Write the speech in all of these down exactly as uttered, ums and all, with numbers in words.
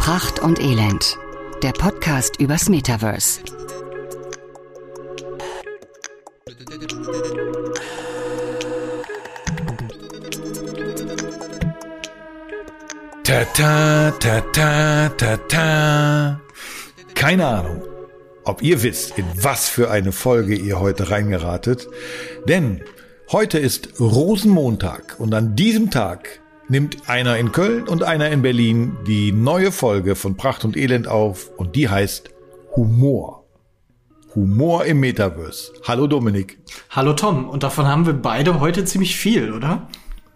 Pracht und Elend, der Podcast übers Metaverse. Ta ta ta ta ta ta. Keine Ahnung, ob ihr wisst, in was für eine Folge ihr heute reingeratet, denn heute ist Rosenmontag und an diesem Tag nimmt einer in Köln und einer in Berlin die neue Folge von Pracht und Elend auf und die heißt Humor. Humor im Metaverse. Hallo Dominik. Hallo Tom, und davon haben wir beide heute ziemlich viel, oder?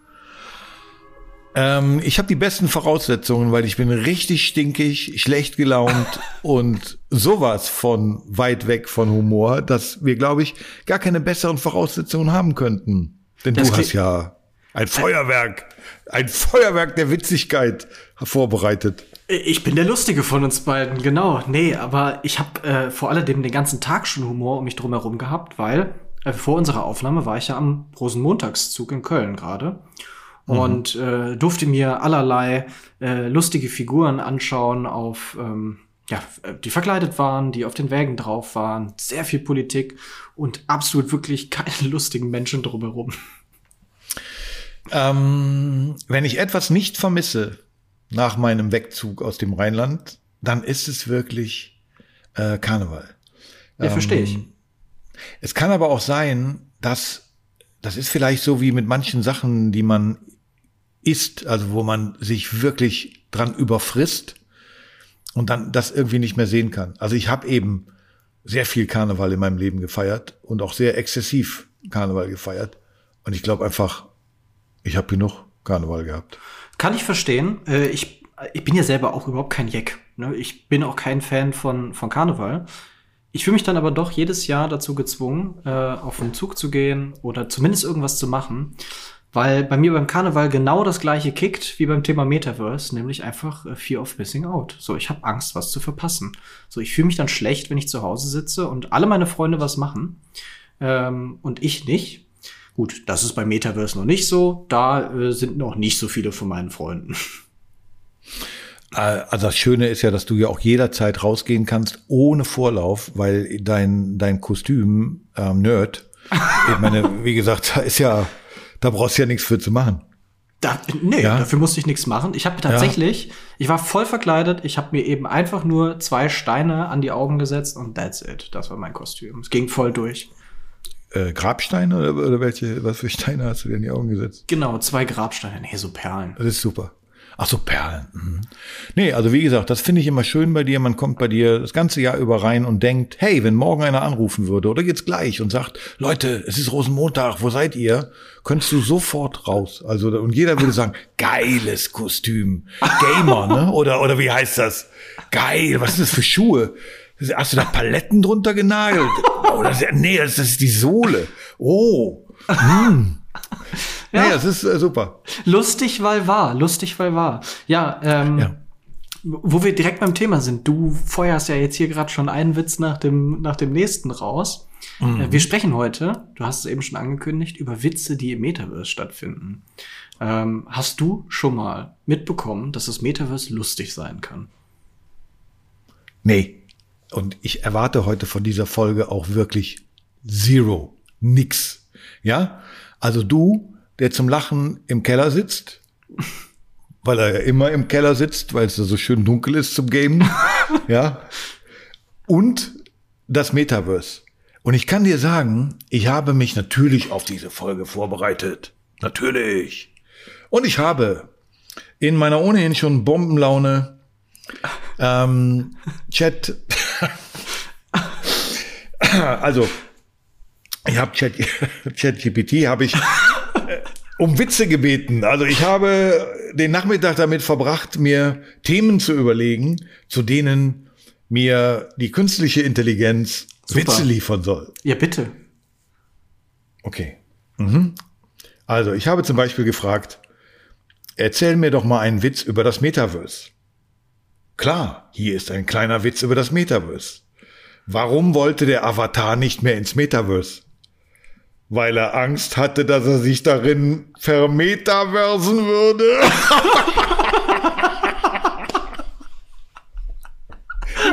Ähm, ich habe die besten Voraussetzungen, weil ich bin richtig stinkig, schlecht gelaunt und sowas von weit weg von Humor, dass wir, glaube ich, gar keine besseren Voraussetzungen haben könnten. Denn das du hast ja ein Feuerwerk, ein Feuerwerk der Witzigkeit vorbereitet. Ich bin der Lustige von uns beiden, genau. Nee, aber ich habe äh, vor allem den ganzen Tag schon Humor um mich drum herum gehabt, weil äh, vor unserer Aufnahme war ich ja am Rosenmontagszug in Köln gerade. Und äh, durfte mir allerlei äh, lustige Figuren anschauen, auf ähm, ja, die verkleidet waren, die auf den Wägen drauf waren, sehr viel Politik und absolut wirklich keine lustigen Menschen drumherum. Ähm, wenn ich etwas nicht vermisse nach meinem Wegzug aus dem Rheinland, dann ist es wirklich äh, Karneval. Ja, ähm, verstehe ich. Es kann aber auch sein, dass das ist vielleicht so wie mit manchen Sachen, die man isst, also wo man sich wirklich dran überfrisst und dann das irgendwie nicht mehr sehen kann. Also ich habe eben sehr viel Karneval in meinem Leben gefeiert und auch sehr exzessiv Karneval gefeiert. Und ich glaube einfach, ich habe genug Karneval gehabt. Kann ich verstehen. Ich, ich bin ja selber auch überhaupt kein Jeck. Ich bin auch kein Fan von, von Karneval. Ich fühle mich dann aber doch jedes Jahr dazu gezwungen, auf einen Zug zu gehen oder zumindest irgendwas zu machen. Weil bei mir beim Karneval genau das gleiche kickt wie beim Thema Metaverse, nämlich einfach äh, Fear of Missing Out. So, ich habe Angst, was zu verpassen. So, ich fühle mich dann schlecht, wenn ich zu Hause sitze und alle meine Freunde was machen ähm, und ich nicht. Gut, das ist beim Metaverse noch nicht so. Da äh, sind noch nicht so viele von meinen Freunden. Also das Schöne ist ja, dass du ja auch jederzeit rausgehen kannst ohne Vorlauf, weil dein dein Kostüm ähm, Nerd. Ich meine, wie gesagt, da ist ja Da brauchst du ja nichts für zu machen. Da, nee, ja? Dafür musste ich nichts machen. Ich habe tatsächlich, ja. ich war voll verkleidet. Ich habe mir eben einfach nur zwei Steine an die Augen gesetzt und that's it. Das war mein Kostüm. Es ging voll durch. Äh, Grabsteine oder, oder welche, was für Steine hast du dir in die Augen gesetzt? Genau, zwei Grabsteine. Nee, so Perlen. Das ist super. Ach so, Perlen. Mhm. Nee, also wie gesagt, das finde ich immer schön bei dir. Man kommt bei dir das ganze Jahr über rein und denkt, hey, wenn morgen einer anrufen würde oder jetzt gleich und sagt, Leute, es ist Rosenmontag, wo seid ihr? Könntest du sofort raus. Also, und jeder würde sagen, geiles Kostüm. Gamer, ne? Oder, oder wie heißt das? Geil, was ist das für Schuhe? Hast du da Paletten drunter genagelt? Oh, das ist, nee, das ist die Sohle. Oh, hm. Ja, naja, es ist äh, super. Lustig, weil wahr. Lustig, weil wahr. Ja, ähm, ja. Wo wir direkt beim Thema sind. Du feuerst ja jetzt hier gerade schon einen Witz nach dem, nach dem nächsten raus. Mhm. Äh, wir sprechen heute, du hast es eben schon angekündigt, über Witze, die im Metaverse stattfinden. Ähm, hast du schon mal mitbekommen, dass das Metaverse lustig sein kann? Nee. Und ich erwarte heute von dieser Folge auch wirklich zero. Nix. Ja? Also du, der zum Lachen im Keller sitzt, weil er ja immer im Keller sitzt, weil es da so schön dunkel ist zum Gamen, ja, und das Metaverse. Und ich kann dir sagen, ich habe mich natürlich auf diese Folge vorbereitet. Natürlich. Und ich habe in meiner ohnehin schon Bombenlaune ähm, Chat, also ich habe Chat, ChatGPT habe ich um Witze gebeten. Also ich habe den Nachmittag damit verbracht, mir Themen zu überlegen, zu denen mir die künstliche Intelligenz Super. Witze liefern soll. Ja, bitte. Okay. Mhm. Also ich habe zum Beispiel gefragt, erzähl mir doch mal einen Witz über das Metaverse. Klar, hier ist ein kleiner Witz über das Metaverse. Warum wollte der Avatar nicht mehr ins Metaverse? Weil er Angst hatte, dass er sich darin vermetaversen würde.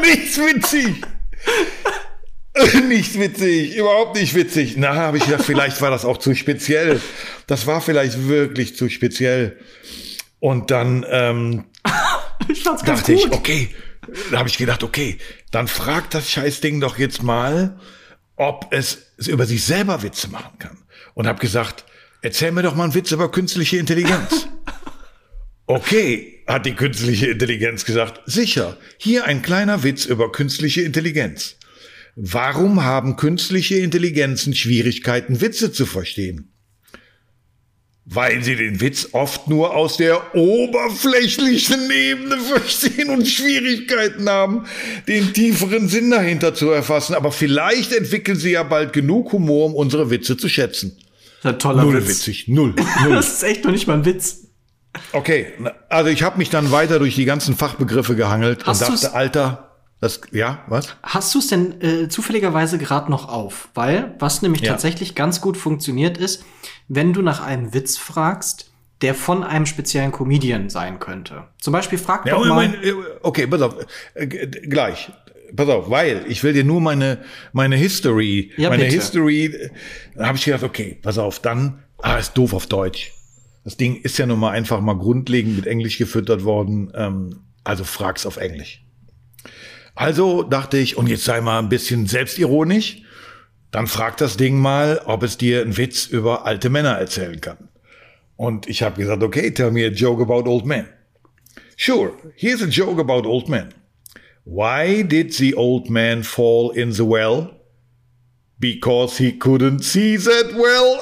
Nichts witzig. Nicht witzig, überhaupt nicht witzig. Na, habe ich gedacht, vielleicht war das auch zu speziell. Das war vielleicht wirklich zu speziell. Und dann ähm, ich fand's ganz dachte gut. ich, okay, da habe ich gedacht, okay, dann fragt das Scheißding doch jetzt mal, ob es, es über sich selber Witze machen kann. Und habe gesagt, erzähl mir doch mal einen Witz über künstliche Intelligenz. Okay, hat die künstliche Intelligenz gesagt, sicher, hier ein kleiner Witz über künstliche Intelligenz. Warum haben künstliche Intelligenzen Schwierigkeiten, Witze zu verstehen? Weil sie den Witz oft nur aus der oberflächlichen Ebene verstehen und Schwierigkeiten haben, den tieferen Sinn dahinter zu erfassen. Aber vielleicht entwickeln sie ja bald genug Humor, um unsere Witze zu schätzen. Das ist ein toller Null Witz. witzig, null, null. Das ist echt noch nicht mal ein Witz. Okay, also ich habe mich dann weiter durch die ganzen Fachbegriffe gehangelt Hast und du's- dachte, Alter, das, ja, was? Hast du es denn äh, zufälligerweise gerade noch auf? Weil, was nämlich Ja. tatsächlich ganz gut funktioniert ist, wenn du nach einem Witz fragst, der von einem speziellen Comedian sein könnte. Zum Beispiel frag Ja, doch mal. Moment, okay, pass auf, äh, g- gleich. Pass auf, weil ich will dir nur meine meine History, Ja, meine bitte. History, da habe ich gedacht, okay, pass auf, dann, ah, ist doof auf Deutsch. Das Ding ist ja nun mal einfach mal grundlegend mit Englisch gefüttert worden, ähm, also frag's auf Englisch. Also dachte ich, und jetzt sei mal ein bisschen selbstironisch, dann frag das Ding mal, ob es dir einen Witz über alte Männer erzählen kann. Und ich habe gesagt, okay, tell me a joke about old men. Sure, here's a joke about old men. Why did the old man fall in the well? Because he couldn't see that well.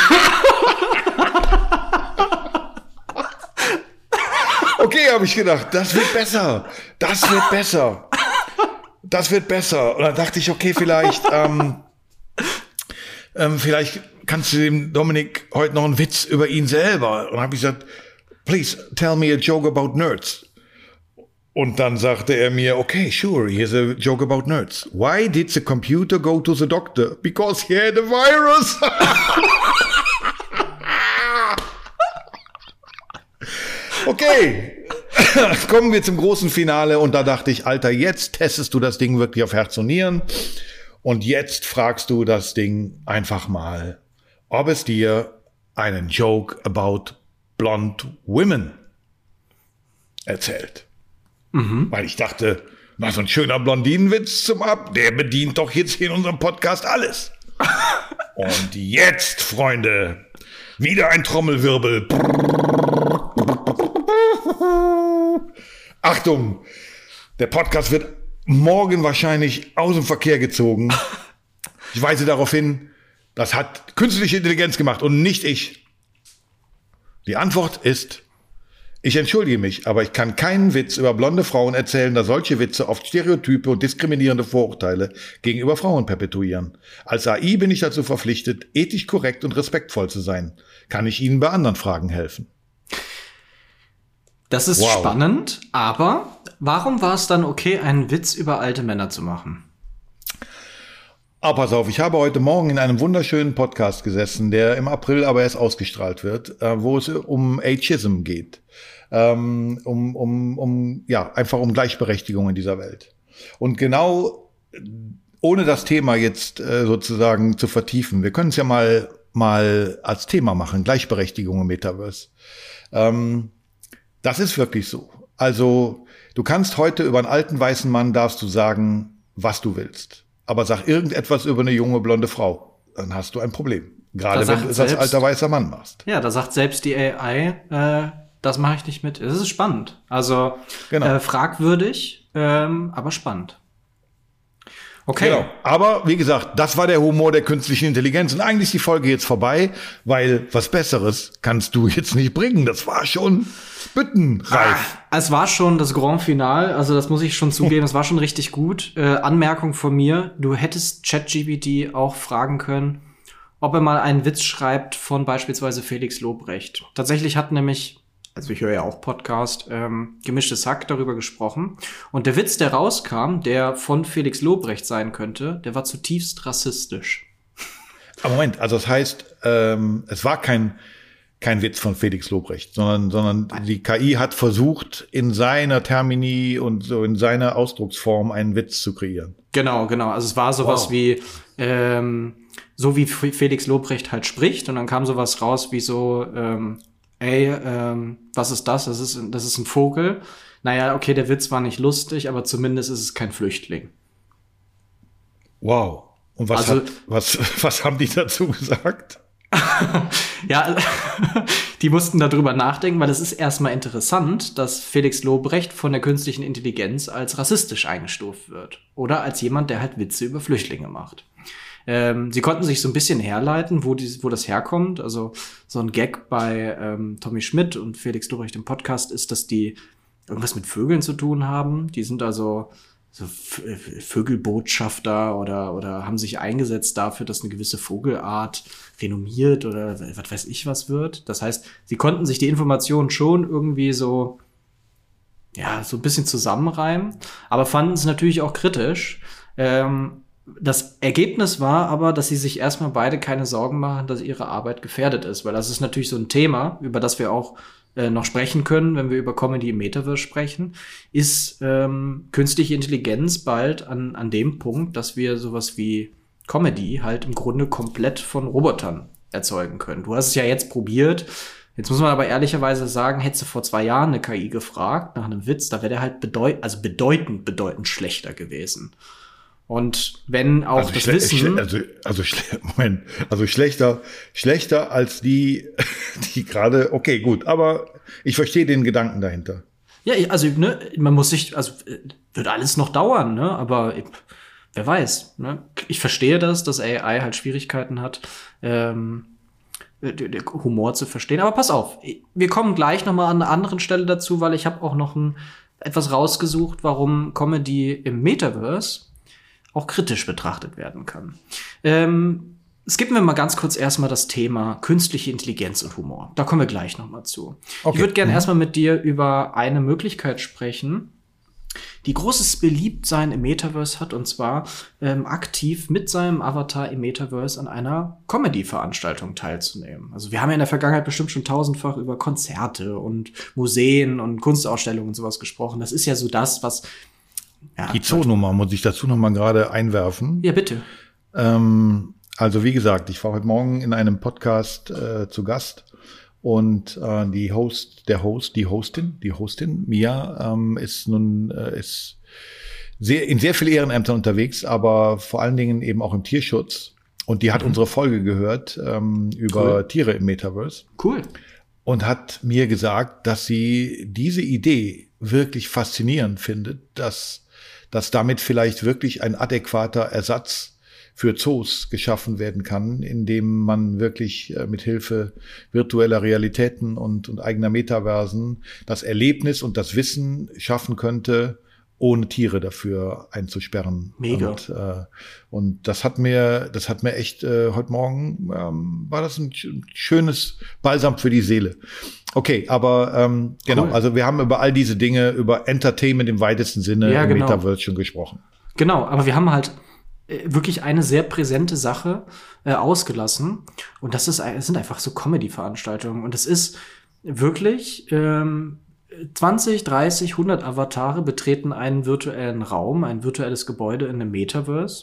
Okay, habe ich gedacht, das wird besser. Das wird besser. Das wird besser. Und dann dachte ich, okay, vielleicht, ähm, ähm, vielleicht kannst du dem Dominik heute noch einen Witz über ihn selber. Und dann habe ich gesagt, please tell me a joke about nerds. Und dann sagte er mir, okay, sure, here's a joke about nerds. Why did the computer go to the doctor? Because he had a virus. Okay, kommen wir zum großen Finale. Und da dachte ich, Alter, jetzt testest du das Ding wirklich auf Herz und Nieren. Und jetzt fragst du das Ding einfach mal, ob es dir einen Joke about blonde women erzählt. Mhm. Weil ich dachte, na, so ein schöner Blondinenwitz zum Ab, der bedient doch jetzt hier in unserem Podcast alles. Und jetzt, Freunde, wieder ein Trommelwirbel. Achtung, der Podcast wird morgen wahrscheinlich aus dem Verkehr gezogen. Ich weise darauf hin, das hat künstliche Intelligenz gemacht und nicht ich. Die Antwort ist, ich entschuldige mich, aber ich kann keinen Witz über blonde Frauen erzählen, da solche Witze oft Stereotype und diskriminierende Vorurteile gegenüber Frauen perpetuieren. Als A I bin ich dazu verpflichtet, ethisch korrekt und respektvoll zu sein. Kann ich Ihnen bei anderen Fragen helfen? Das ist Wow. spannend, aber warum war es dann okay, einen Witz über alte Männer zu machen? Aber pass auf, ich habe heute Morgen in einem wunderschönen Podcast gesessen, der im April aber erst ausgestrahlt wird, äh, wo es um Ageism geht. Ähm, um, um, um, ja, einfach um Gleichberechtigung in dieser Welt. Und genau, ohne das Thema jetzt äh, sozusagen zu vertiefen, wir können es ja mal, mal als Thema machen, Gleichberechtigung im Metaverse. Ähm, das ist wirklich so. Also, du kannst heute über einen alten weißen Mann darfst du sagen, was du willst. Aber sag irgendetwas über eine junge blonde Frau, dann hast du ein Problem. Gerade Da wenn sagt du es als selbst- alter weißer Mann machst. Ja, da sagt selbst die A I, äh, das mache ich nicht mit. Das ist spannend. Also Genau. äh, fragwürdig, ähm, aber spannend. Okay. Genau. Aber wie gesagt, das war der Humor der künstlichen Intelligenz. Und eigentlich ist die Folge jetzt vorbei, weil was Besseres kannst du jetzt nicht bringen. Das war schon büttenreif. Ah, es war schon das Grand Finale, also das muss ich schon zugeben, es war schon richtig gut. Äh, Anmerkung von mir, du hättest ChatGPT auch fragen können, ob er mal einen Witz schreibt von beispielsweise Felix Lobrecht. Tatsächlich hat nämlich, also ich höre ja auch Podcast, ähm, Gemischtes Hack darüber gesprochen. Und der Witz, der rauskam, der von Felix Lobrecht sein könnte, der war zutiefst rassistisch. Aber Moment, also das heißt, ähm, es war kein kein Witz von Felix Lobrecht, sondern, sondern die K I hat versucht, in seiner Termini und so in seiner Ausdrucksform einen Witz zu kreieren. Genau, genau. Also es war sowas wow. wie, ähm, so wie Felix Lobrecht halt spricht und dann kam sowas raus wie so, ähm, ey, ähm, was ist das? Das ist, das ist ein Vogel. Naja, okay, der Witz war nicht lustig, aber zumindest ist es kein Flüchtling. Wow. Und was, also, hat, was, was haben die dazu gesagt? Ja, die mussten darüber nachdenken, weil es ist erstmal interessant, dass Felix Lobrecht von der künstlichen Intelligenz als rassistisch eingestuft wird. Oder als jemand, der halt Witze über Flüchtlinge macht. Ähm, sie konnten sich so ein bisschen herleiten, wo, die, wo das herkommt. Also so ein Gag bei ähm, Tommy Schmidt und Felix Lobrecht im Podcast ist, dass die irgendwas mit Vögeln zu tun haben. Die sind also so Vögelbotschafter oder oder haben sich eingesetzt dafür, dass eine gewisse Vogelart renommiert oder was weiß ich was wird. Das heißt, sie konnten sich die Informationen schon irgendwie so ja so ein bisschen zusammenreimen, aber fanden es natürlich auch kritisch. Ähm, das Ergebnis war aber, dass sie sich erstmal beide keine Sorgen machen, dass ihre Arbeit gefährdet ist, weil das ist natürlich so ein Thema, über das wir auch noch sprechen können, wenn wir über Comedy im Metaverse sprechen, ist ähm, künstliche Intelligenz bald an, an dem Punkt, dass wir sowas wie Comedy halt im Grunde komplett von Robotern erzeugen können. Du hast es ja jetzt probiert. Jetzt muss man aber ehrlicherweise sagen, hättest du vor zwei Jahren eine K I gefragt nach einem Witz, da wäre der halt bedeut- also bedeutend, bedeutend schlechter gewesen. Und wenn auch also das schle- Wissen... Schle- also, also, schle- Moment, also schlechter, schlechter als die, die gerade, okay, gut, aber ich verstehe den Gedanken dahinter. Ja, also, ne, man muss sich, also, wird alles noch dauern, ne, aber wer weiß, ne. Ich verstehe das, dass A I halt Schwierigkeiten hat, ähm, Humor zu verstehen. Aber pass auf, wir kommen gleich noch mal an einer anderen Stelle dazu, weil ich habe auch noch ein, etwas rausgesucht, warum Comedy im Metaverse auch kritisch betrachtet werden kann. Ähm, skippen wir mal ganz kurz erstmal das Thema künstliche Intelligenz und Humor. Da kommen wir gleich noch mal zu. Okay. Ich würde gerne mhm. erstmal mit dir über eine Möglichkeit sprechen, die großes Beliebtsein im Metaverse hat, und zwar ähm, aktiv mit seinem Avatar im Metaverse an einer Comedy-Veranstaltung teilzunehmen. Also wir haben ja in der Vergangenheit bestimmt schon tausendfach über Konzerte und Museen und Kunstausstellungen und sowas gesprochen. Das ist ja so das, was Ja, die Zoonummer muss ich dazu noch mal gerade einwerfen. Ja, bitte. Ähm, also wie gesagt, ich war heute Morgen in einem Podcast äh, zu Gast und äh, die Host, der Host, die Hostin, die Hostin Mia ähm, ist nun äh, ist sehr in sehr vielen Ehrenämtern unterwegs, aber vor allen Dingen eben auch im Tierschutz. Und die hat mhm. unsere Folge gehört ähm, über cool. Tiere im Metaverse. Cool. Und hat mir gesagt, dass sie diese Idee wirklich faszinierend findet, dass dass damit vielleicht wirklich ein adäquater Ersatz für Zoos geschaffen werden kann, indem man wirklich äh, mit Hilfe virtueller Realitäten und, und eigener Metaversen das Erlebnis und das Wissen schaffen könnte, ohne Tiere dafür einzusperren. Mega. Und, äh, und das hat mir, das hat mir echt äh, heute Morgen ähm, war das ein schönes Balsam für die Seele. Okay, aber ähm, genau, cool. Also wir haben über all diese Dinge, über Entertainment im weitesten Sinne ja, im genau. Metaverse schon gesprochen. Genau, aber wir haben halt äh, wirklich eine sehr präsente Sache äh, ausgelassen und das ist, es sind einfach so Comedy-Veranstaltungen und es ist wirklich ähm, zwanzig, dreißig, hundert Avatare betreten einen virtuellen Raum, ein virtuelles Gebäude in einem Metaverse.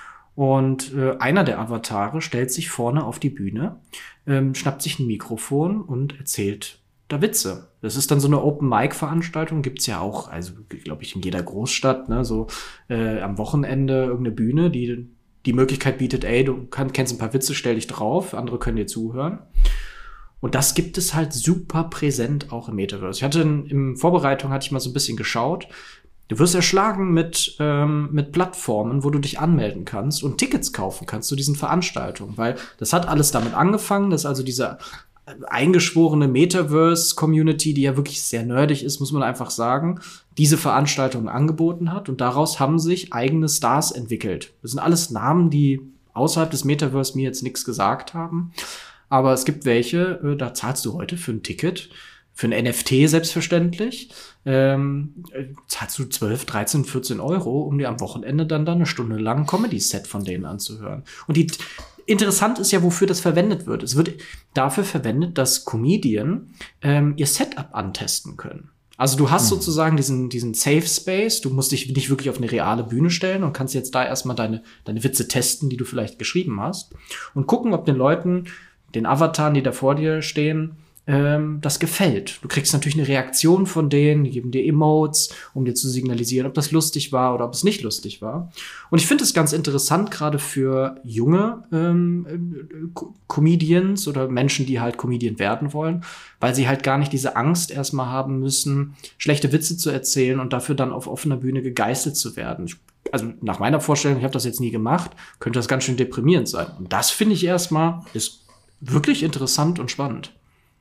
Und äh, einer der Avatare stellt sich vorne auf die Bühne, ähm, schnappt sich ein Mikrofon und erzählt da Witze. Das ist dann so eine Open-Mic-Veranstaltung, gibt's ja auch, also glaube ich in jeder Großstadt, ne, so äh, am Wochenende irgendeine Bühne, die die Möglichkeit bietet, ey, du kann, kennst ein paar Witze, stell dich drauf, andere können dir zuhören. Und das gibt es halt super präsent auch im Metaverse. Ich hatte in, in Vorbereitung hatte ich mal so ein bisschen geschaut. Du wirst erschlagen mit ähm, mit Plattformen, wo du dich anmelden kannst und Tickets kaufen kannst zu diesen Veranstaltungen, weil das hat alles damit angefangen, dass also diese eingeschworene Metaverse-Community, die ja wirklich sehr nerdig ist, muss man einfach sagen, diese Veranstaltungen angeboten hat und daraus haben sich eigene Stars entwickelt. Das sind alles Namen, die außerhalb des Metaverse mir jetzt nichts gesagt haben. Aber es gibt welche, da zahlst du heute für ein Ticket, für ein N F T selbstverständlich, ähm, zahlst du zwölf, dreizehn, vierzehn Euro, um dir am Wochenende dann da eine Stunde lang ein Comedy-Set von denen anzuhören. Und die, interessant ist ja, wofür das verwendet wird. Es wird dafür verwendet, dass Comedian ähm, ihr Setup antesten können. Also du hast mhm. sozusagen diesen, diesen Safe Space, du musst dich nicht wirklich auf eine reale Bühne stellen und kannst jetzt da erstmal deine, deine Witze testen, die du vielleicht geschrieben hast und gucken, ob den Leuten, den Avataren, die da vor dir stehen, ähm, das gefällt. Du kriegst natürlich eine Reaktion von denen, die geben dir Emotes, um dir zu signalisieren, ob das lustig war oder ob es nicht lustig war. Und ich finde es ganz interessant, gerade für junge ähm, Co- Comedians oder Menschen, die halt Comedian werden wollen, weil sie halt gar nicht diese Angst erstmal haben müssen, schlechte Witze zu erzählen und dafür dann auf offener Bühne gegeißelt zu werden. Ich, also nach meiner Vorstellung, ich habe das jetzt nie gemacht, könnte das ganz schön deprimierend sein. Und das finde ich erstmal ist wirklich interessant und spannend.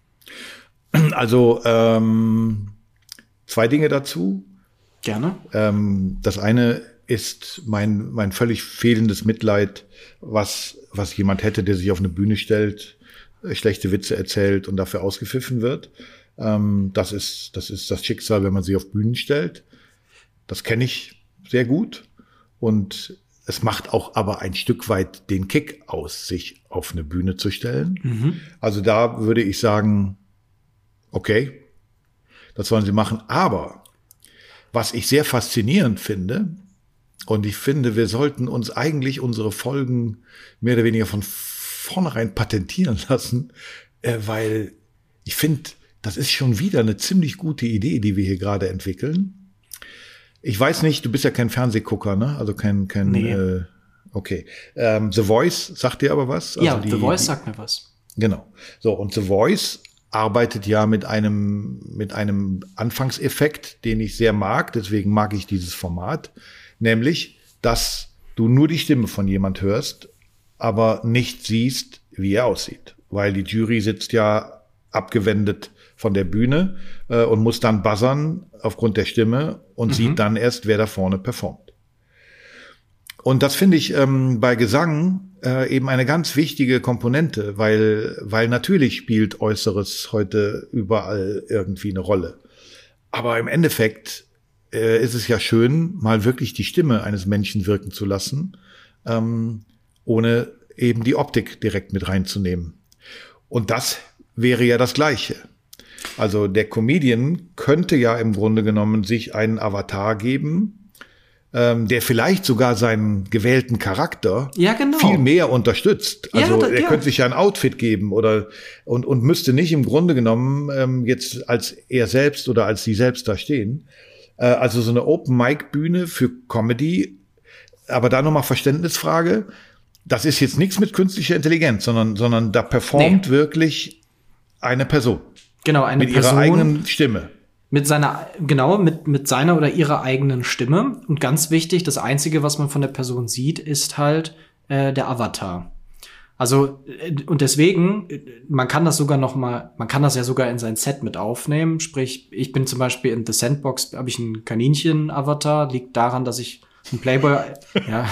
Also ähm, zwei Dinge dazu. Gerne. Ähm, das eine ist mein, mein völlig fehlendes Mitleid, was, was jemand hätte, der sich auf eine Bühne stellt, schlechte Witze erzählt und dafür ausgepfiffen wird. Ähm, das ist, das ist das Schicksal, wenn man sich auf Bühnen stellt. Das kenne ich sehr gut. Und es macht auch aber ein Stück weit den Kick aus, sich auf eine Bühne zu stellen. Mhm. Also da würde ich sagen, okay, das sollen sie machen. Aber was ich sehr faszinierend finde, und ich finde, wir sollten uns eigentlich unsere Folgen mehr oder weniger von vornherein patentieren lassen, äh, weil ich finde, das ist schon wieder eine ziemlich gute Idee, die wir hier gerade entwickeln. Ich weiß nicht, du bist ja kein Fernsehgucker, ne? Also kein, kein nee. äh, okay. Ähm, The Voice sagt dir aber was? Also ja, die, The Voice die, sagt mir was. Genau. So, und The Voice arbeitet ja mit einem, mit einem Anfangseffekt, den ich sehr mag. Deswegen mag ich dieses Format. Nämlich, dass du nur die Stimme von jemand hörst, aber nicht siehst, wie er aussieht. Weil die Jury sitzt ja abgewendet von der Bühne äh, und muss dann buzzern aufgrund der Stimme und mhm. sieht dann erst, wer da vorne performt. Und das finde ich ähm, bei Gesang äh, eben eine ganz wichtige Komponente, weil, weil natürlich spielt Äußeres heute überall irgendwie eine Rolle. Aber im Endeffekt äh, ist es ja schön, mal wirklich die Stimme eines Menschen wirken zu lassen, ähm, ohne eben die Optik direkt mit reinzunehmen. Und das wäre ja das Gleiche. Also der Comedian könnte ja im Grunde genommen sich einen Avatar geben, ähm, der vielleicht sogar seinen gewählten Charakter ja, genau. viel mehr unterstützt. Also ja, da, er ja. könnte sich ja ein Outfit geben oder und und müsste nicht im Grunde genommen ähm, jetzt als er selbst oder als sie selbst da stehen. Äh, also so eine Open-Mic-Bühne für Comedy. Aber da nochmal Verständnisfrage. Das ist jetzt nichts mit künstlicher Intelligenz, sondern sondern da performt nee. wirklich eine Person. Genau, eine mit Person. Mit ihrer eigenen Stimme. Mit seiner, genau, mit, mit seiner oder ihrer eigenen Stimme. Und ganz wichtig, das Einzige, was man von der Person sieht, ist halt äh, der Avatar. Also, äh, und deswegen, man kann das sogar noch mal, man kann das ja sogar in sein Set mit aufnehmen. Sprich, ich bin zum Beispiel in The Sandbox, habe ich einen Kaninchen-Avatar. Liegt daran, dass ich ein Playboy, ja.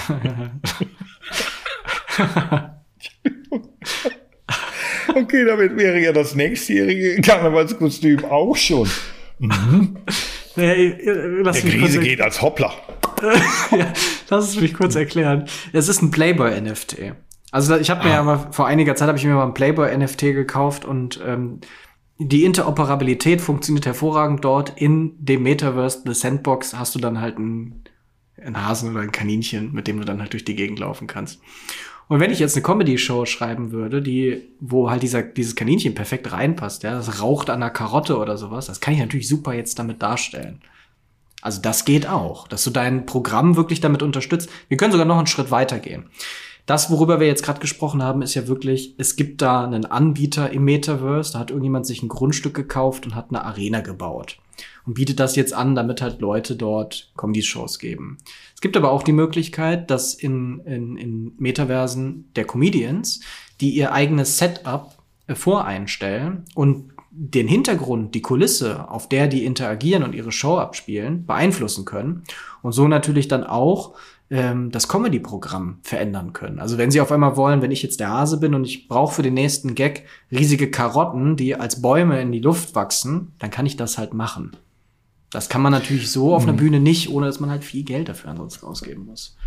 Okay, damit wäre ja das nächstjährige Karnevalskostüm auch schon. Mhm. Ja, lass der Krise geht als Hoppler. Ja, lass es mich kurz erklären. Es ist ein Playboy-N F T. Also ich habe mir ah. ja mal, vor einiger Zeit habe ich mir mal ein Playboy-N F T gekauft und ähm, die Interoperabilität funktioniert hervorragend dort. In dem Metaverse, The Sandbox, hast du dann halt einen, einen Hasen oder ein Kaninchen, mit dem du dann halt durch die Gegend laufen kannst. Und wenn ich jetzt eine Comedy-Show schreiben würde, die, wo halt dieser, dieses Kaninchen perfekt reinpasst, ja, das raucht an einer Karotte oder sowas, das kann ich natürlich super jetzt damit darstellen. Also das geht auch, dass du dein Programm wirklich damit unterstützt. Wir können sogar noch einen Schritt weiter gehen. Das, worüber wir jetzt gerade gesprochen haben, ist ja wirklich, es gibt da einen Anbieter im Metaverse, da hat irgendjemand sich ein Grundstück gekauft und hat eine Arena gebaut und bietet das jetzt an, damit halt Leute dort Comedy-Shows geben. Es gibt aber auch die Möglichkeit, dass in, in, in Metaversen der Comedians, die ihr eigenes Setup äh, voreinstellen und den Hintergrund, die Kulisse, auf der die interagieren und ihre Show abspielen, beeinflussen können und so natürlich dann auch ähm, das Comedy-Programm verändern können. Also wenn sie auf einmal wollen, wenn ich jetzt der Hase bin und ich brauche für den nächsten Gag riesige Karotten, die als Bäume in die Luft wachsen, dann kann ich das halt machen. Das kann man natürlich so auf einer Bühne nicht, ohne dass man halt viel Geld dafür ansonsten ausgeben muss.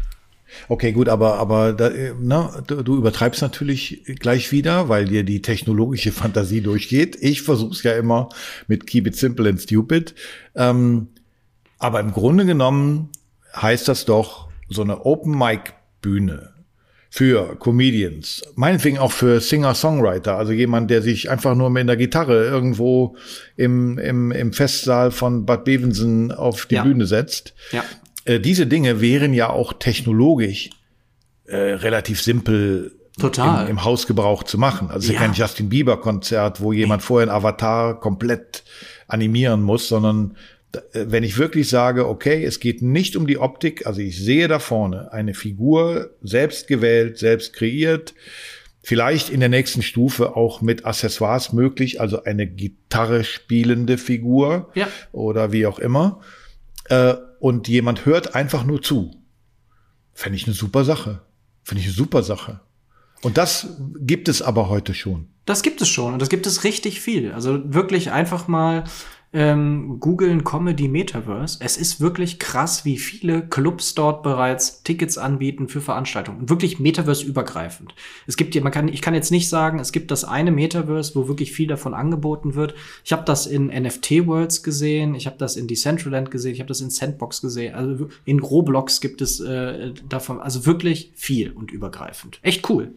Okay, gut, aber aber da, ne, du, du übertreibst natürlich gleich wieder, weil dir die technologische Fantasie durchgeht. Ich versuch's ja immer mit Keep it simple and stupid. Ähm, aber im Grunde genommen heißt das doch so eine Open-Mic-Bühne für Comedians, meinetwegen auch für Singer-Songwriter, also jemand, der sich einfach nur mit einer Gitarre irgendwo im im im Festsaal von Bad Bevensen auf die Ja. Bühne setzt. Ja. Äh, diese Dinge wären ja auch technologisch äh, relativ simpel Total. Im, im Hausgebrauch zu machen. Also es ist ja Ja. kein Justin Bieber-Konzert, wo jemand vorher einen Avatar komplett animieren muss, sondern äh, wenn ich wirklich sage, okay, es geht nicht um die Optik, also ich sehe da vorne eine Figur, selbst gewählt, selbst kreiert, vielleicht in der nächsten Stufe auch mit Accessoires möglich, also eine Gitarre spielende Figur Ja. oder wie auch immer. Äh, und jemand hört einfach nur zu. Fände ich eine super Sache. Finde ich eine super Sache. Und das gibt es aber heute schon. Das gibt es schon und das gibt es richtig viel. Also wirklich einfach mal ähm, googeln Comedy Metaverse. Es ist wirklich krass, wie viele Clubs dort bereits Tickets anbieten für Veranstaltungen. Und wirklich Metaverse-übergreifend. Es gibt ja, man kann, ich kann jetzt nicht sagen, es gibt das eine Metaverse, wo wirklich viel davon angeboten wird. Ich habe das in N F T-Worlds gesehen, ich habe das in Decentraland gesehen, ich habe das in Sandbox gesehen. Also in Roblox gibt es äh, davon, also wirklich viel und übergreifend. Echt cool.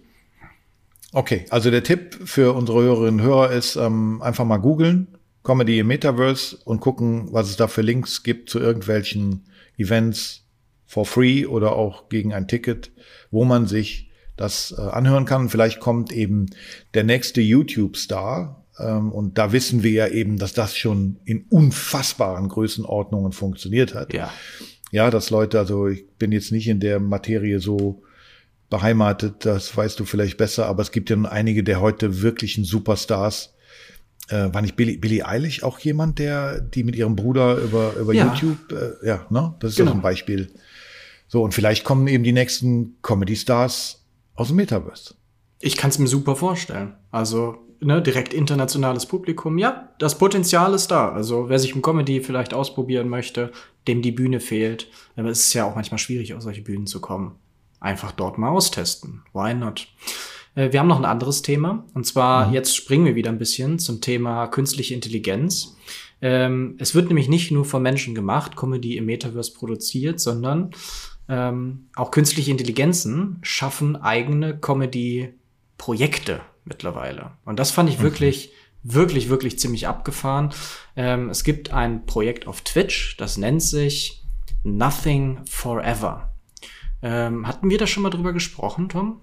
Okay, also der Tipp für unsere Hörerinnen und Hörer ist, ähm, einfach mal googeln, Comedy im Metaverse und gucken, was es da für Links gibt zu irgendwelchen Events for free oder auch gegen ein Ticket, wo man sich das äh, anhören kann. Vielleicht kommt eben der nächste YouTube-Star. Ähm, und da wissen wir ja eben, dass das schon in unfassbaren Größenordnungen funktioniert hat. Ja. Ja, dass Leute, also ich bin jetzt nicht in der Materie so beheimatet, das weißt du vielleicht besser, aber es gibt ja nun einige der heute wirklichen Superstars. Äh, war nicht Billie, Billie Eilish auch jemand, der die mit ihrem Bruder über über Ja. YouTube, äh, ja, ne, das ist Genau. doch ein Beispiel. So, und vielleicht kommen eben die nächsten Comedy-Stars aus dem Metaverse. Ich kann es mir super vorstellen. Also, ne, direkt internationales Publikum. Ja, das Potenzial ist da. Also, wer sich im Comedy vielleicht ausprobieren möchte, dem die Bühne fehlt. Aber es ist ja auch manchmal schwierig, auf solche Bühnen zu kommen. Einfach dort mal austesten. Why not? Äh, wir haben noch ein anderes Thema. Und zwar, mhm. jetzt springen wir wieder ein bisschen zum Thema künstliche Intelligenz. Ähm, es wird nämlich nicht nur von Menschen gemacht, Comedy im Metaverse produziert, sondern ähm, auch künstliche Intelligenzen schaffen eigene Comedy-Projekte mittlerweile. Und das fand ich Mhm. wirklich, wirklich, wirklich ziemlich abgefahren. Ähm, es gibt ein Projekt auf Twitch, das nennt sich Nothing Forever. Ähm, hatten wir da schon mal drüber gesprochen, Tom?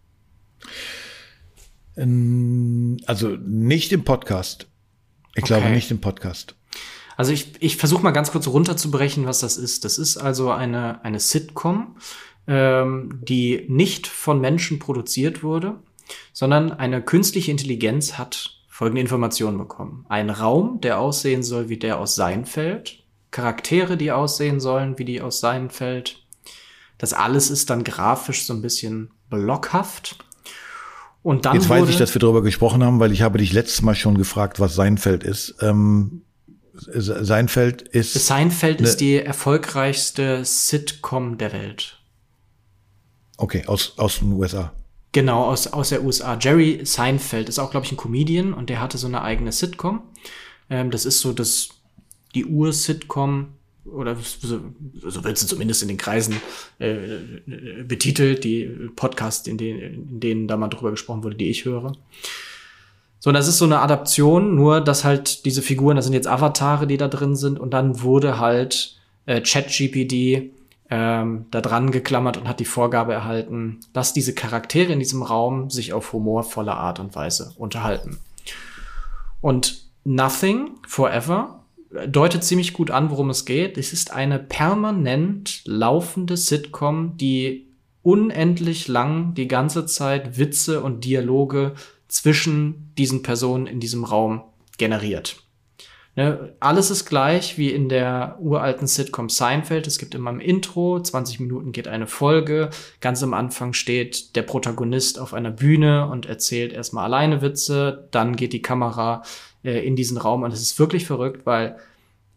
Also nicht im Podcast. Ich Okay. glaube nicht im Podcast. Also ich, ich versuche mal ganz kurz runterzubrechen, was das ist. Das ist also eine, eine Sitcom, ähm, die nicht von Menschen produziert wurde, sondern eine künstliche Intelligenz hat folgende Informationen bekommen. Ein Raum, der aussehen soll wie der aus Seinfeld. Charaktere, die aussehen sollen wie die aus Seinfeld. Das alles ist dann grafisch so ein bisschen blockhaft. Und dann Jetzt weiß wurde, ich, dass wir darüber gesprochen haben, weil ich habe dich letztes Mal schon gefragt, was Seinfeld ist. Ähm, Seinfeld ist... Seinfeld ne, ist die erfolgreichste Sitcom der Welt. Okay, aus, aus den U S A. Genau, aus, aus der U S A. Jerry Seinfeld ist auch, glaube ich, ein Comedian und der hatte so eine eigene Sitcom. Ähm, das ist so das, die Ur-Sitcom, oder so, so wird sie zumindest in den Kreisen äh, betitelt, die Podcasts, in denen, in denen da mal drüber gesprochen wurde, die ich höre. So, und das ist so eine Adaption, nur dass halt diese Figuren, das sind jetzt Avatare, die da drin sind, und dann wurde halt äh, ChatGPT ähm, da dran geklammert und hat die Vorgabe erhalten, dass diese Charaktere in diesem Raum sich auf humorvolle Art und Weise unterhalten. Und Nothing Forever deutet ziemlich gut an, worum es geht. Es ist eine permanent laufende Sitcom, die unendlich lang die ganze Zeit Witze und Dialoge zwischen diesen Personen in diesem Raum generiert. Ne, alles ist gleich wie in der uralten Sitcom Seinfeld. Es gibt immer ein Intro, zwanzig Minuten geht eine Folge. Ganz am Anfang steht der Protagonist auf einer Bühne und erzählt erstmal alleine Witze. Dann geht die Kamera äh, in diesen Raum und es ist wirklich verrückt, weil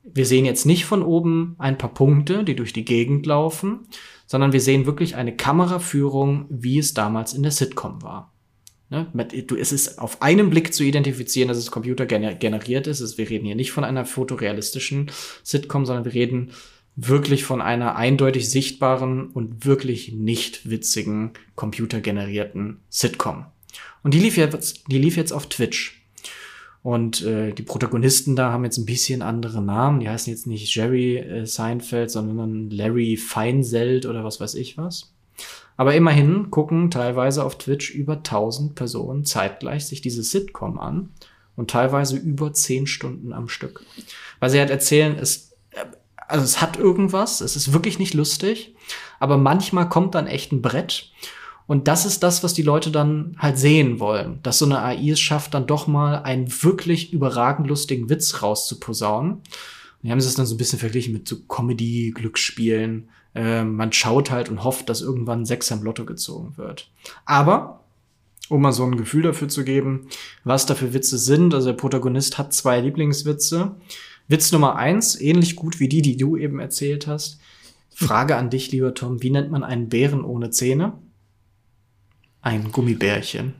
wir sehen jetzt nicht von oben ein paar Punkte, die durch die Gegend laufen, sondern wir sehen wirklich eine Kameraführung, wie es damals in der Sitcom war. Ne? Es ist auf einen Blick zu identifizieren, dass es computergeneriert ist. Wir reden hier nicht von einer fotorealistischen Sitcom, sondern wir reden wirklich von einer eindeutig sichtbaren und wirklich nicht witzigen computergenerierten Sitcom. Und die lief jetzt, die lief jetzt auf Twitch. Und äh, die Protagonisten da haben jetzt ein bisschen andere Namen. Die heißen jetzt nicht Jerry äh, Seinfeld, sondern Larry Feinselt oder was weiß ich was. Aber immerhin gucken teilweise auf Twitch über tausend Personen zeitgleich sich diese Sitcom an und teilweise über zehn Stunden am Stück. Weil sie halt erzählen, es, also es hat irgendwas, es ist wirklich nicht lustig, aber manchmal kommt dann echt ein Brett. Und das ist das, was die Leute dann halt sehen wollen. Dass so eine A I es schafft, dann doch mal einen wirklich überragend lustigen Witz rauszuposaunen. Und die haben es dann so ein bisschen verglichen mit so Comedy-Glücksspielen. Äh, man schaut halt und hofft, dass irgendwann ein Sechser im Lotto gezogen wird. Aber, um mal so ein Gefühl dafür zu geben, was da für Witze sind. Also der Protagonist hat zwei Lieblingswitze. Witz Nummer eins, ähnlich gut wie die, die du eben erzählt hast. Frage an dich, lieber Tom. Wie nennt man einen Bären ohne Zähne? Ein Gummibärchen.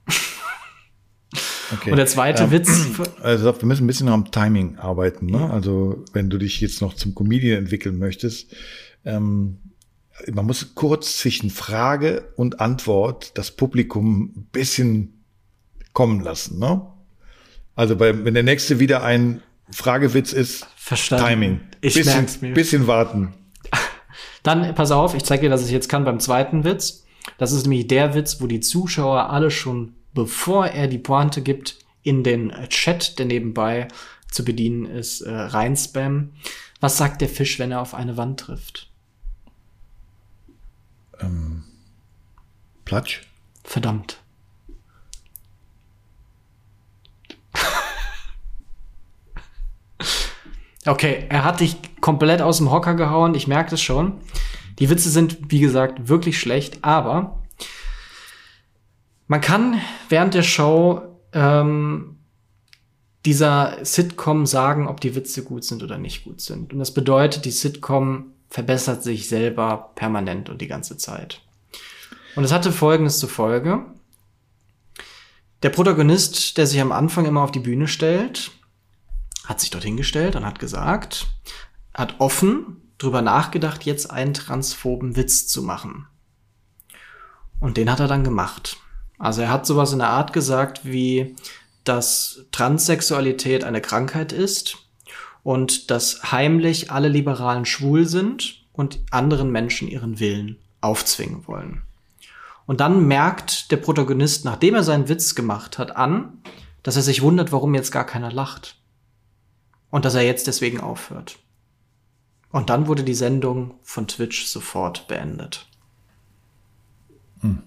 Okay. Und der zweite ähm, Witz. Also wir müssen ein bisschen am Timing arbeiten. Ne? Also wenn du dich jetzt noch zum Comedian entwickeln möchtest, ähm, man muss kurz zwischen Frage und Antwort das Publikum ein bisschen kommen lassen. Ne? Also bei, wenn der nächste wieder ein Fragewitz ist, Verstanden. Timing. Ich bisschen, merk's mir. Bisschen warten. Dann, pass auf, ich zeige dir, dass ich jetzt kann beim zweiten Witz. Das ist nämlich der Witz, wo die Zuschauer alle schon, bevor er die Pointe gibt, in den Chat, der nebenbei zu bedienen ist, äh, reinspammen. Was sagt der Fisch, wenn er auf eine Wand trifft? Ähm, Platsch? Verdammt. Okay, er hat dich komplett aus dem Hocker gehauen, ich merke das schon. Die Witze sind, wie gesagt, wirklich schlecht, aber man kann während der Show ähm, dieser Sitcom sagen, ob die Witze gut sind oder nicht gut sind. Und das bedeutet, die Sitcom verbessert sich selber permanent und die ganze Zeit. Und es hatte Folgendes zur Folge. Der Protagonist, der sich am Anfang immer auf die Bühne stellt, hat sich dorthin gestellt und hat gesagt, hat offen drüber nachgedacht, jetzt einen transphoben Witz zu machen. Und den hat er dann gemacht. Also er hat sowas in der Art gesagt, wie, dass Transsexualität eine Krankheit ist und dass heimlich alle Liberalen schwul sind und anderen Menschen ihren Willen aufzwingen wollen. Und dann merkt der Protagonist, nachdem er seinen Witz gemacht hat, an, dass er sich wundert, warum jetzt gar keiner lacht. Und dass er jetzt deswegen aufhört. Und dann wurde die Sendung von Twitch sofort beendet. Hm.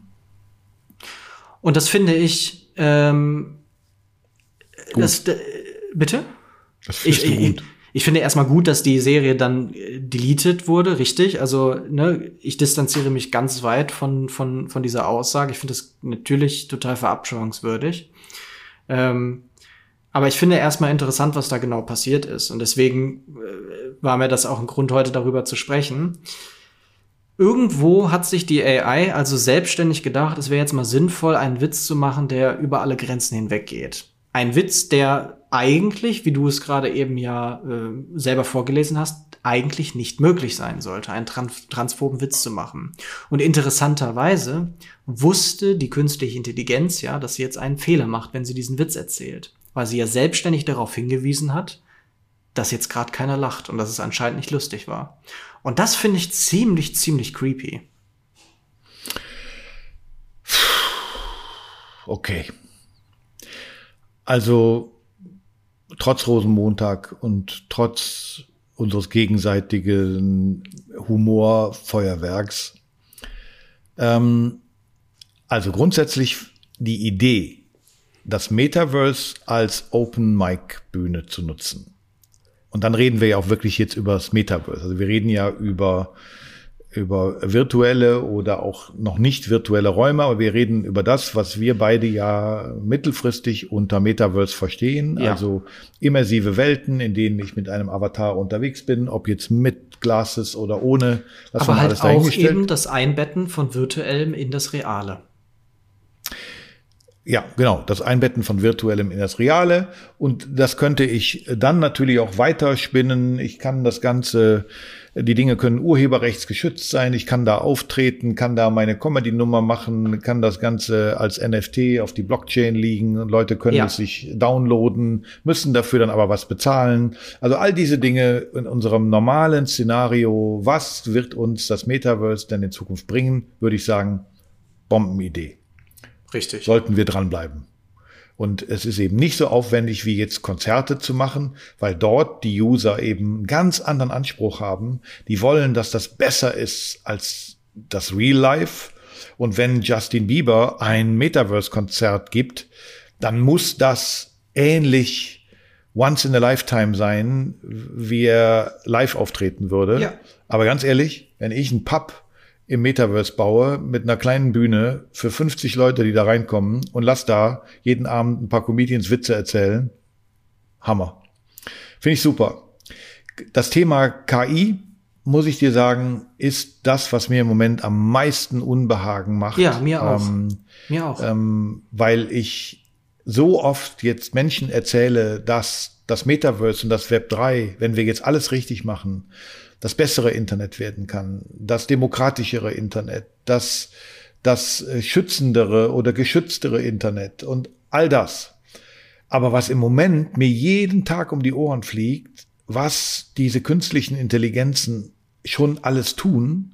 Und das finde ich, ähm, das, äh, bitte? Das ich, ich, ich, ich finde erstmal gut, dass die Serie dann äh, deleted wurde, richtig. Also, ne, ich distanziere mich ganz weit von, von, von dieser Aussage. Ich finde das natürlich total verabscheuungswürdig. Ähm, Aber ich finde erstmal interessant, was da genau passiert ist. Und deswegen äh, war mir das auch ein Grund, heute darüber zu sprechen. Irgendwo hat sich die A I also selbstständig gedacht, es wäre jetzt mal sinnvoll, einen Witz zu machen, der über alle Grenzen hinweg geht. Ein Witz, der eigentlich, wie du es gerade eben ja äh, selber vorgelesen hast, eigentlich nicht möglich sein sollte, einen trans- transphoben Witz zu machen. Und interessanterweise wusste die künstliche Intelligenz ja, dass sie jetzt einen Fehler macht, wenn sie diesen Witz erzählt. Weil sie ja selbstständig darauf hingewiesen hat, dass jetzt gerade keiner lacht und dass es anscheinend nicht lustig war. Und das finde ich ziemlich, ziemlich creepy. Okay. Also trotz Rosenmontag und trotz unseres gegenseitigen Humorfeuerwerks, ähm, also grundsätzlich die Idee, das Metaverse als Open-Mic-Bühne zu nutzen. Und dann reden wir ja auch wirklich jetzt über das Metaverse. Also wir reden ja über über virtuelle oder auch noch nicht virtuelle Räume, aber wir reden über das, was wir beide ja mittelfristig unter Metaverse verstehen, Ja. also immersive Welten, in denen ich mit einem Avatar unterwegs bin, ob jetzt mit Glasses oder ohne, das Aber mal halt alles auch dahingestellt. eben das Einbetten von Virtuellem in das Reale. Ja, genau, das Einbetten von Virtuellem in das Reale. Und das könnte ich dann natürlich auch weiterspinnen. Ich kann das Ganze, die Dinge können urheberrechtsgeschützt sein. Ich kann da auftreten, kann da meine Comedy-Nummer machen, kann das Ganze als N F T auf die Blockchain liegen. Und Leute können Ja. es sich downloaden, müssen dafür dann aber was bezahlen. Also all diese Dinge in unserem normalen Szenario. Was wird uns das Metaverse denn in Zukunft bringen? Würde ich sagen, Bombenidee. Richtig. Sollten wir dranbleiben. Und es ist eben nicht so aufwendig, wie jetzt Konzerte zu machen, weil dort die User eben einen ganz anderen Anspruch haben. Die wollen, dass das besser ist als das Real Life. Und wenn Justin Bieber ein Metaverse-Konzert gibt, dann muss das ähnlich once in a lifetime sein, wie er live auftreten würde. Ja. Aber ganz ehrlich, wenn ich einen Pub im Metaverse baue mit einer kleinen Bühne für fünfzig Leute, die da reinkommen und lass da jeden Abend ein paar Comedians Witze erzählen. Hammer. Finde ich super. Das Thema K I, muss ich dir sagen, ist das, was mir im Moment am meisten Unbehagen macht. Ja, mir auch. Ähm, Mir auch. ähm, weil ich so oft jetzt Menschen erzähle, dass das Metaverse und das Web drei, wenn wir jetzt alles richtig machen, das bessere Internet werden kann, das demokratischere Internet, das, das schützendere oder geschütztere Internet und all das. Aber was im Moment mir jeden Tag um die Ohren fliegt, was diese künstlichen Intelligenzen schon alles tun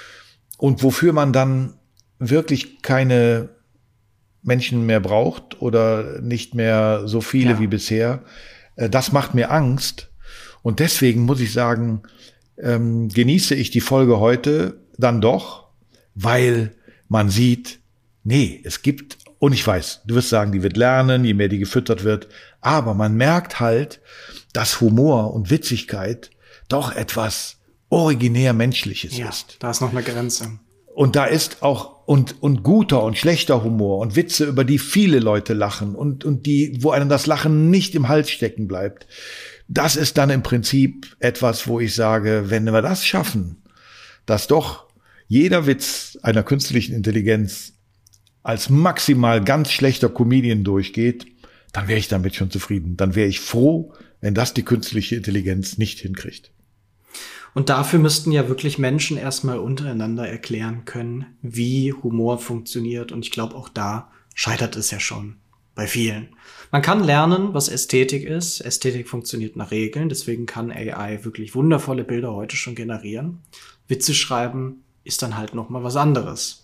und wofür man dann wirklich keine Menschen mehr braucht oder nicht mehr so viele Ja. wie bisher, das macht mir Angst. Und deswegen muss ich sagen, ähm, genieße ich die Folge heute dann doch, weil man sieht, nee, es gibt, und ich weiß, du wirst sagen, die wird lernen, je mehr die gefüttert wird, aber man merkt halt, dass Humor und Witzigkeit doch etwas originär Menschliches Ja, ist. da ist noch eine Grenze. Und da ist auch und und guter und schlechter Humor und Witze, über die viele Leute lachen und und die, wo einem das Lachen nicht im Hals stecken bleibt. Das ist dann im Prinzip etwas, wo ich sage, wenn wir das schaffen, dass doch jeder Witz einer künstlichen Intelligenz als maximal ganz schlechter Comedian durchgeht, dann wäre ich damit schon zufrieden. Dann wäre ich froh, wenn das die künstliche Intelligenz nicht hinkriegt. Und dafür müssten ja wirklich Menschen erstmal untereinander erklären können, wie Humor funktioniert. Und ich glaube, auch da scheitert es ja schon bei vielen. Man kann lernen, was Ästhetik ist. Ästhetik funktioniert nach Regeln. Deswegen kann A I wirklich wundervolle Bilder heute schon generieren. Witze schreiben ist dann halt noch mal was anderes.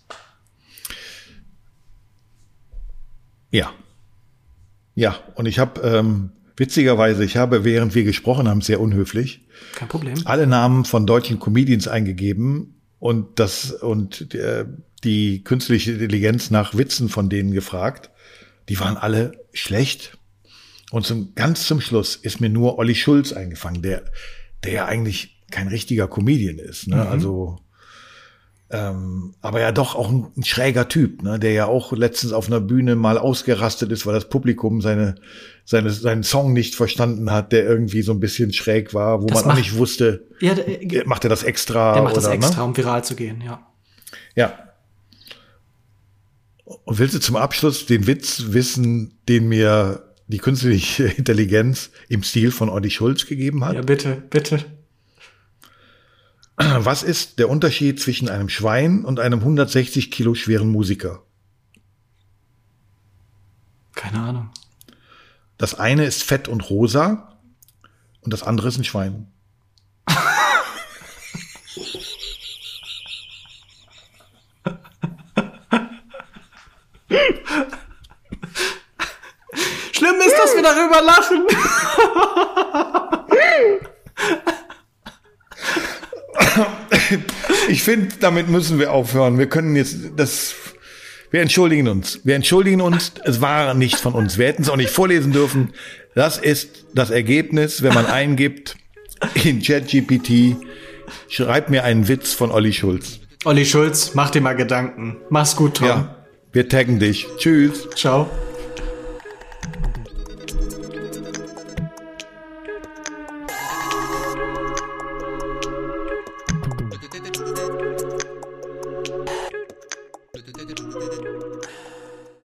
Ja. Ja, und ich habe, ähm, witzigerweise, ich habe, während wir gesprochen haben, sehr unhöflich, Kein Problem. alle Namen von deutschen Comedians eingegeben und das und äh, die künstliche Intelligenz nach Witzen von denen gefragt. Die waren alle schlecht. Und zum, ganz zum Schluss ist mir nur Olli Schulz eingefangen, der, der ja eigentlich kein richtiger Comedian ist, ne? Mhm. Also, ähm, aber ja doch auch ein, ein schräger Typ, ne? Der ja auch letztens auf einer Bühne mal ausgerastet ist, weil das Publikum seine, seine, seinen Song nicht verstanden hat, der irgendwie so ein bisschen schräg war, wo Das man auch macht- nicht wusste, Ja, der, macht er das extra der macht oder das extra, ne? um viral zu gehen, ja. Ja. Und willst du zum Abschluss den Witz wissen, den mir die künstliche Intelligenz im Stil von Olli Schulz gegeben hat? Ja, bitte, bitte. Was ist der Unterschied zwischen einem Schwein und einem hundertsechzig Kilo schweren Musiker? Keine Ahnung. Das eine ist fett und rosa und das andere ist ein Schwein. Schlimm ist, dass wir darüber lachen. Ich finde, damit müssen wir aufhören. Wir können jetzt das. Wir entschuldigen uns. Wir entschuldigen uns. Es war nicht von uns. Wir hätten es auch nicht vorlesen dürfen. Das ist das Ergebnis, wenn man eingibt in ChatGPT schreib mir einen Witz von Olli Schulz. Olli Schulz, mach dir mal Gedanken. Mach's gut, Tom. Ja, wir taggen dich. Tschüss. Ciao.